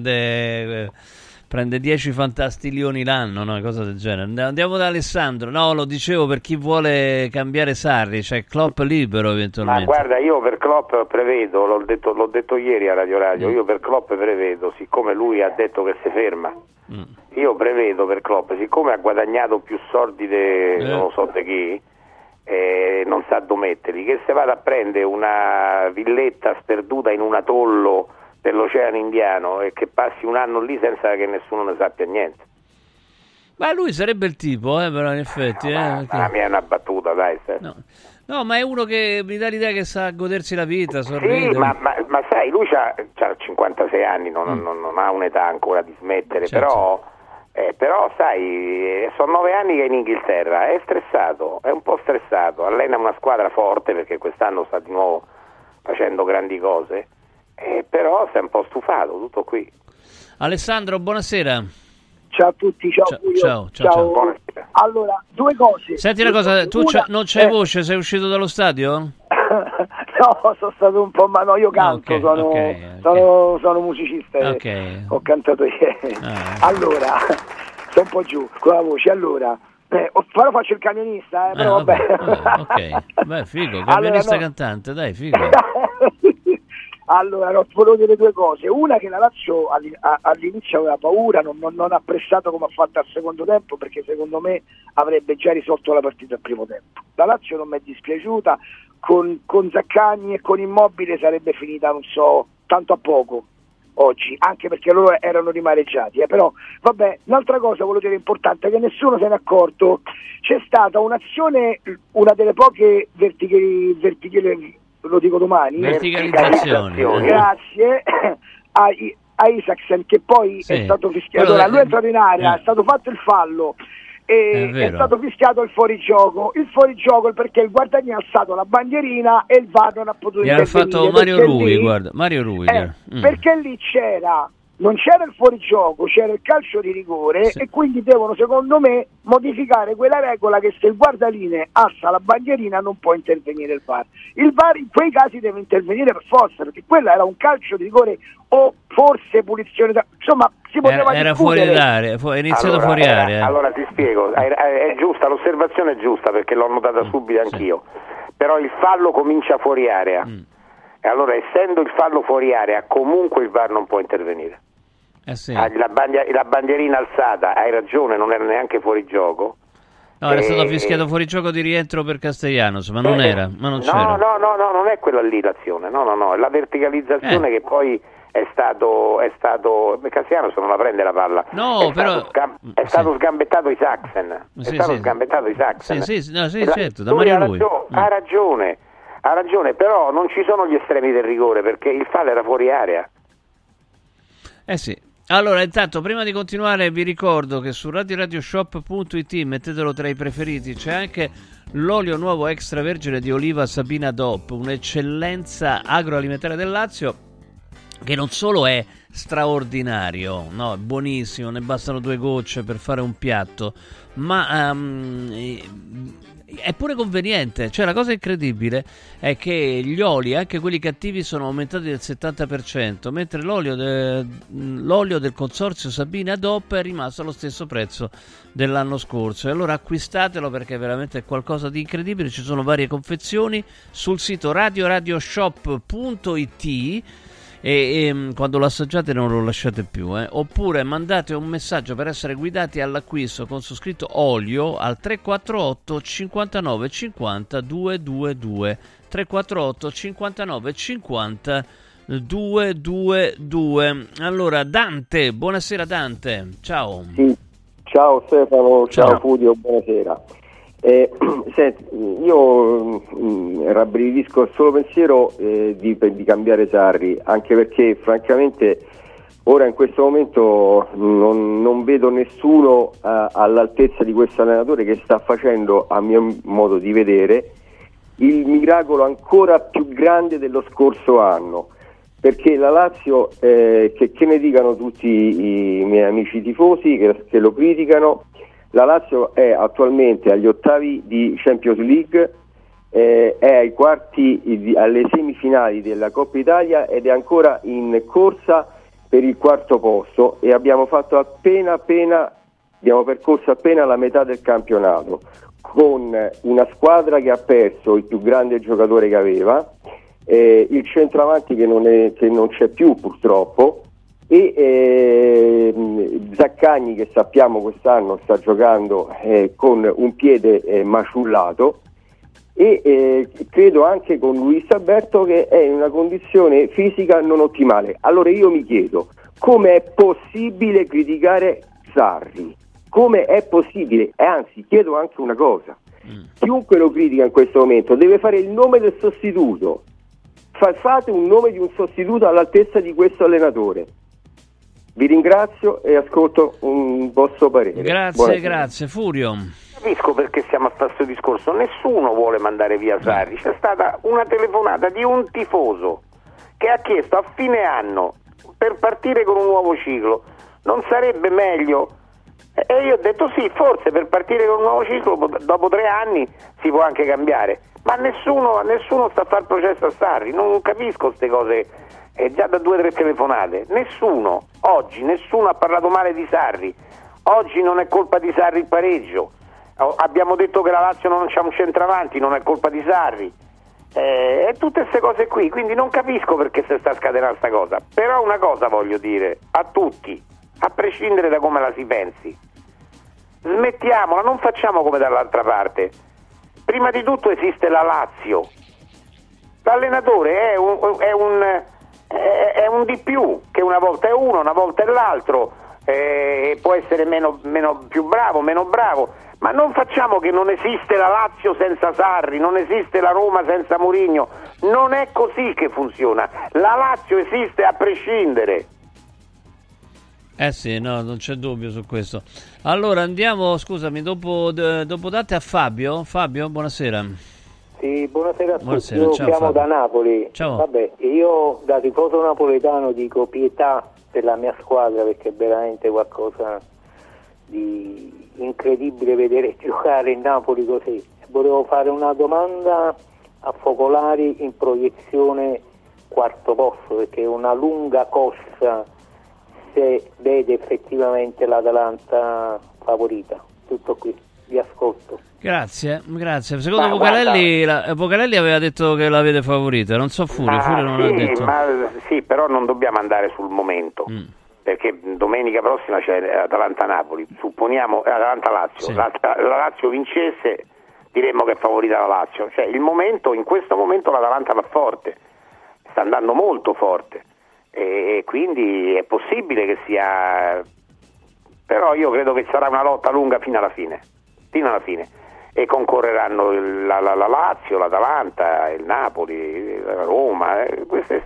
prende 10 fantastilioni l'anno, no? Cosa del genere. Andiamo da Alessandro. No, lo dicevo per chi vuole cambiare Sarri, cioè Klopp libero eventualmente. Ma guarda, io per Klopp prevedo, l'ho detto ieri a Radio, io per Klopp prevedo, siccome lui ha detto che si ferma, io prevedo per Klopp, siccome ha guadagnato più soldi non lo so di chi, non sa dove metterli, che se vada a prendere una villetta sperduta in un atollo dell'Oceano Indiano e che passi un anno lì senza che nessuno ne sappia niente. Ma lui sarebbe il tipo, però in effetti. Ma la mia è una battuta, dai. No, ma è uno che mi dà l'idea che sa godersi la vita, sorride. Sì, ma sai, lui c'ha 56 anni, non ha un'età ancora di smettere, certo. Però sai, sono 9 anni che è in Inghilterra, è stressato, è un po' stressato, allena una squadra forte perché quest'anno sta di nuovo facendo grandi cose, però si è un po' stufato, tutto qui. Alessandro, buonasera. Ciao a tutti, ciao. Buonasera. Allora, due cose. Senti una cosa, tu non c'hai voce, sei uscito dallo stadio? No, sono stato un po', ma no, io canto, sono musicista, ho cantato ieri. Allora, sto un po' giù con la voce, allora, però faccio il camionista, però vabbè. Ok, beh, figo, camionista cantante, dai, figo. Allora, volevo dire due cose. Una, che la Lazio all'inizio aveva paura, non ha pressato come ha fatto al secondo tempo, perché secondo me avrebbe già risolto la partita al primo tempo. La Lazio non mi è dispiaciuta, con Zaccagni e con Immobile sarebbe finita, non so, tanto a poco oggi, anche perché loro erano rimareggiati. Però, vabbè, un'altra cosa volevo dire importante, che nessuno se n'è accorto, c'è stata un'azione, una delle poche verticali, lo dico domani, verticalizzazioni. Grazie a Isaacsen, che poi è stato fischiato. Lui è entrato in area, è stato fatto il fallo e è stato fischiato il fuorigioco perché il guardagnino ha alzato la bandierina e il VAR non ha potuto intervenire. Gli ha fatto Mario Rui. Perché lì non c'era il fuorigioco, c'era il calcio di rigore, e quindi devono, secondo me, modificare quella regola che se il guardalinee alza la bandierina non può intervenire il VAR. Il VAR in quei casi deve intervenire per forza, perché quello era un calcio di rigore o forse punizione, insomma si poteva era fuori d'area, è iniziato fuori area. Allora ti spiego, è giusta, l'osservazione è giusta perché l'ho notata subito anch'io, però il fallo comincia fuori area. E allora, essendo il fallo fuori area, comunque il VAR non può intervenire. La bandierina alzata, hai ragione, non era neanche fuori gioco. No, era stato fischiato fuori gioco di rientro per Castellanos, ma non era, c'era. No, non è quella lì l'azione, no, è la verticalizzazione che poi è stato Castellanos non la prende la palla. No, è stato sgambettato Isaacsen. Certo, da Mario Rui. Ha ragione, però non ci sono gli estremi del rigore perché il fallo era fuori area. Sì. Allora, intanto, prima di continuare, vi ricordo che su radioshop.it, mettetelo tra i preferiti, c'è anche l'olio nuovo extravergine di oliva Sabina DOP, un'eccellenza agroalimentare del Lazio, che non solo è straordinario, no, è buonissimo, ne bastano 2 gocce per fare un piatto, ma è pure conveniente. Cioè, la cosa incredibile è che gli oli, anche quelli cattivi, sono aumentati del 70%, mentre l'olio del consorzio Sabina DOP è rimasto allo stesso prezzo dell'anno scorso. E allora acquistatelo, perché veramente è qualcosa di incredibile. Ci sono varie confezioni sul sito radioshop.it e quando lo assaggiate non lo lasciate più, oppure mandate un messaggio per essere guidati all'acquisto con su scritto olio al 348 59 50 222 348 59 50 222. Allora, Dante, buonasera Dante, ciao. Sì, ciao Stefano, ciao Fudio, buonasera. Senti, io rabbrividisco al solo pensiero di cambiare Sarri, anche perché francamente ora in questo momento non vedo nessuno all'altezza di questo allenatore, che sta facendo, a mio modo di vedere, il miracolo ancora più grande dello scorso anno, perché la Lazio, che ne dicano tutti i miei amici tifosi che lo criticano, la Lazio è attualmente agli ottavi di Champions League, è ai quarti, alle semifinali della Coppa Italia, ed è ancora in corsa per il quarto posto, e abbiamo percorso appena la metà del campionato, con una squadra che ha perso il più grande giocatore che aveva, il centravanti che non c'è più purtroppo, e Zaccagni, che sappiamo quest'anno sta giocando con un piede maciullato, e credo anche con Luis Alberto, che è in una condizione fisica non ottimale. Allora io mi chiedo, come è possibile criticare Sarri? Come è possibile? E anzi, chiedo anche una cosa: chiunque lo critica in questo momento deve fare il nome del sostituto. Fate un nome di un sostituto all'altezza di questo allenatore. Vi ringrazio e ascolto un vostro parere. Grazie. Furio. Capisco perché siamo a questo discorso. Nessuno vuole mandare via Sarri. C'è stata una telefonata di un tifoso che ha chiesto a fine anno, per partire con un nuovo ciclo, non sarebbe meglio? E io ho detto sì, forse per partire con un nuovo ciclo dopo 3 anni si può anche cambiare, ma nessuno sta a fare processo a Sarri. Non capisco queste cose, già da 2 o 3 telefonate. Oggi nessuno ha parlato male di Sarri. Oggi non è colpa di Sarri il pareggio. Abbiamo detto che la Lazio non c'ha un centravanti, non è colpa di Sarri, e tutte queste cose qui, quindi non capisco perché si sta scatenando questa cosa. Però una cosa voglio dire a tutti, a prescindere da come la si pensi: smettiamola, non facciamo come dall'altra parte. Prima di tutto esiste la Lazio, l'allenatore è un di più, che una volta è uno, una volta è l'altro, può essere più bravo, meno bravo. Ma non facciamo che non esiste la Lazio senza Sarri, non esiste la Roma senza Mourinho. Non è così che funziona. La Lazio esiste a prescindere. Sì, no, non c'è dubbio su questo. Allora andiamo, scusami, dopo date a Fabio. Fabio, buonasera. Sì, buonasera a tutti. Io chiamo Fabio da Napoli. Ciao. Vabbè, io da tifoso napoletano dico pietà per la mia squadra, perché è veramente qualcosa di incredibile vedere giocare il Napoli così. Volevo fare una domanda a Focolari in proiezione quarto posto, perché è una lunga corsa se vede effettivamente l'Atalanta favorita. Tutto qui, vi ascolto. Grazie. Secondo Vocalelli aveva detto che la vede favorita, non so Furio non l'ha detto. Sì, però non dobbiamo andare sul momento. Perché domenica prossima c'è Atalanta-Napoli, supponiamo Atalanta-Lazio, sì. La Lazio vincesse, diremmo che è favorita la Lazio. Cioè in questo momento l'Atalanta va forte, sta andando molto forte, e quindi è possibile che sia, però io credo che sarà una lotta lunga fino alla fine, e concorreranno la Lazio, l'Atalanta, il Napoli, la Roma, queste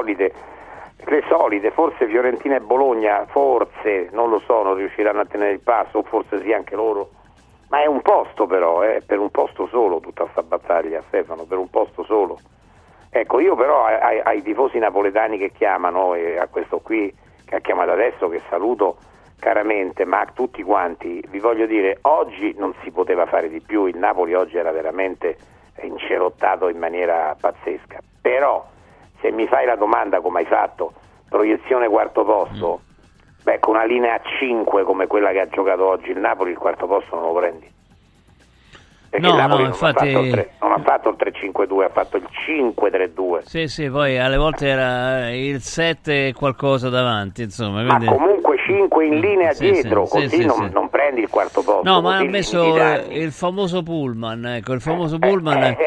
le solite, forse Fiorentina e Bologna, forse, non lo so, non riusciranno a tenere il passo, o forse sì anche loro, ma è un posto però, per un posto solo tutta sta battaglia, Stefano, per un posto solo. Ecco, io però ai tifosi napoletani che chiamano, e a questo qui che ha chiamato adesso, che saluto caramente, ma a tutti quanti, vi voglio dire, oggi non si poteva fare di più, il Napoli oggi era veramente incerottato in maniera pazzesca, però se mi fai la domanda come hai fatto, proiezione quarto posto, con una linea a 5 come quella che ha giocato oggi il Napoli, il quarto posto non lo prendi. Perché il Napoli non ha fatto il 3-5-2, ha fatto il 5-3-2. Sì, poi alle volte era il 7 e qualcosa davanti, insomma. Quindi... Ma comunque 5 in linea dietro, così non prendi il quarto posto. No, ma ha messo il famoso pullman, ecco, il famoso pullman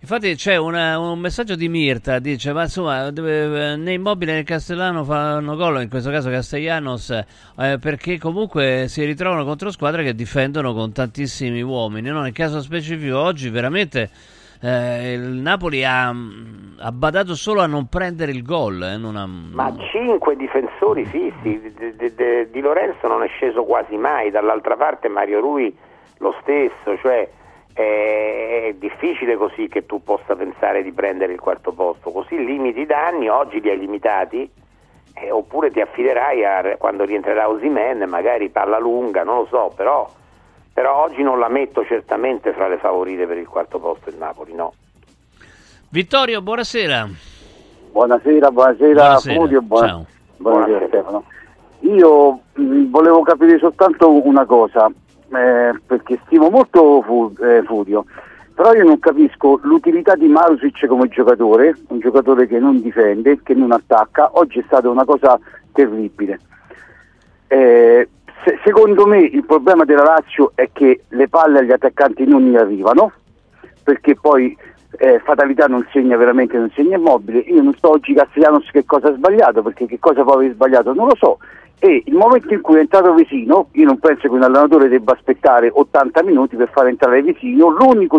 Infatti c'è un messaggio di Mirta, dice ma insomma né Immobile né Castellano fanno gol, in questo caso Castellanos, perché comunque si ritrovano contro squadre che difendono con tantissimi uomini, no? Nel caso specifico oggi veramente il Napoli ha badato solo a non prendere il gol, ma 5 difensori fissi, Di Lorenzo non è sceso quasi mai, dall'altra parte Mario Rui lo stesso, cioè è difficile così che tu possa pensare di prendere il quarto posto, così limiti i danni. Oggi li hai limitati, oppure ti affiderai quando rientrerà Osimhen, magari palla lunga, non lo so, però oggi non la metto certamente fra le favorite per il quarto posto il Napoli, no. Vittorio, buonasera. Buonasera. Furio, buonasera Stefano. Io volevo capire soltanto una cosa, perché stimo molto Furio, però io non capisco l'utilità di Marusic come giocatore, un giocatore che non difende, che non attacca. Oggi è stata una cosa terribile. Secondo me il problema della Lazio è che le palle agli attaccanti non gli arrivano, perché poi fatalità non segna Immobile. Io non so oggi Castellanos che cosa ha sbagliato, perché che cosa può aver sbagliato non lo so, e il momento in cui è entrato Vesino, io non penso che un allenatore debba aspettare 80 minuti per far entrare Vesino, l'unico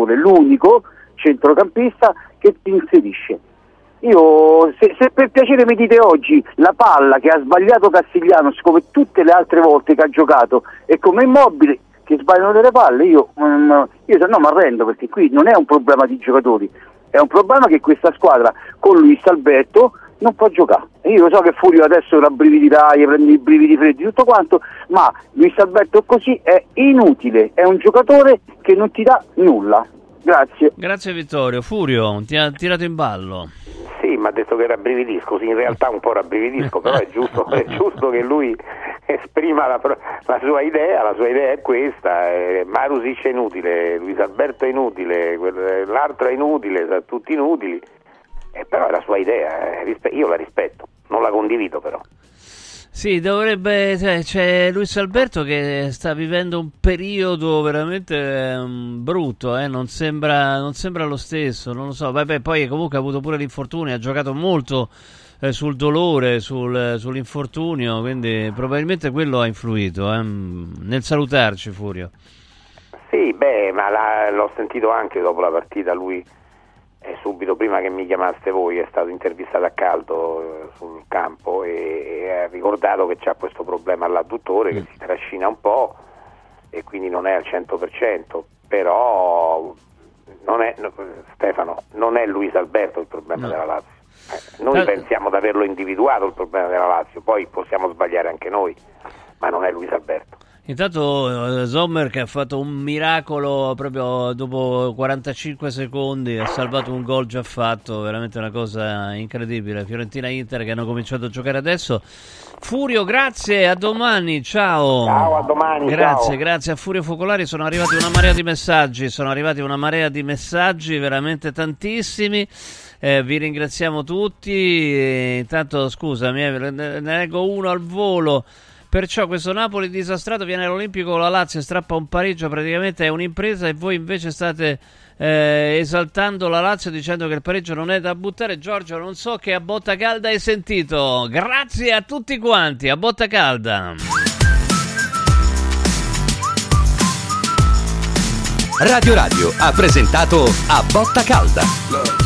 centrocampista che ti inserisce. Io, se per piacere mi dite oggi la palla che ha sbagliato Castellanos come tutte le altre volte che ha giocato e come Immobile che sbagliano delle palle, io no, mi arrendo, perché qui non è un problema di giocatori, è un problema che questa squadra con Luis Alberto non può giocare. E io so che Furio adesso rabbrividirà, gli prende i brividi freddi, tutto quanto, ma Luis Alberto così è inutile, è un giocatore che non ti dà nulla. Grazie Vittorio. Furio, ti ha tirato in ballo. Sì, mi ha detto che rabbrividisco, sì, in realtà un po' rabbrividisco, però è giusto che lui esprima la sua idea. La sua idea è questa: Marusic è inutile, Luis Alberto è inutile, l'altro è inutile, sono tutti inutili, però è la sua idea, io la rispetto, non la condivido però. Sì, c'è Luis Alberto che sta vivendo un periodo veramente brutto, non sembra lo stesso, non lo so. Vabbè, poi comunque ha avuto pure l'infortunio, ha giocato molto sul dolore, sull'infortunio, quindi probabilmente quello ha influito nel salutarci, Furio. Sì, ma l'ho sentito anche dopo la partita, lui subito prima che mi chiamaste voi è stato intervistato a caldo sul campo e ha ricordato che c'ha questo problema all'adduttore che si trascina un po' e quindi non è al 100%, però Stefano, non è Luis Alberto il problema della Lazio. Noi pensiamo di averlo individuato il problema della Lazio, poi possiamo sbagliare anche noi, ma non è Luis Alberto. Intanto Sommer, che ha fatto un miracolo proprio dopo 45 secondi, ha salvato un gol già fatto, veramente una cosa incredibile. Fiorentina-Inter che hanno cominciato a giocare adesso. Furio, grazie, a domani, ciao. Ciao, a domani. Grazie a Furio Focolari. Sono arrivati una marea di messaggi, veramente tantissimi. Vi ringraziamo tutti. Intanto scusami, ne leggo uno al volo. Perciò questo Napoli disastrato viene all'Olimpico, la Lazio strappa un pareggio, praticamente è un'impresa, e voi invece state esaltando la Lazio dicendo che il pareggio non è da buttare. Giorgio, non so che a botta calda hai sentito. Grazie a tutti quanti, a botta calda. Radio ha presentato A Botta Calda.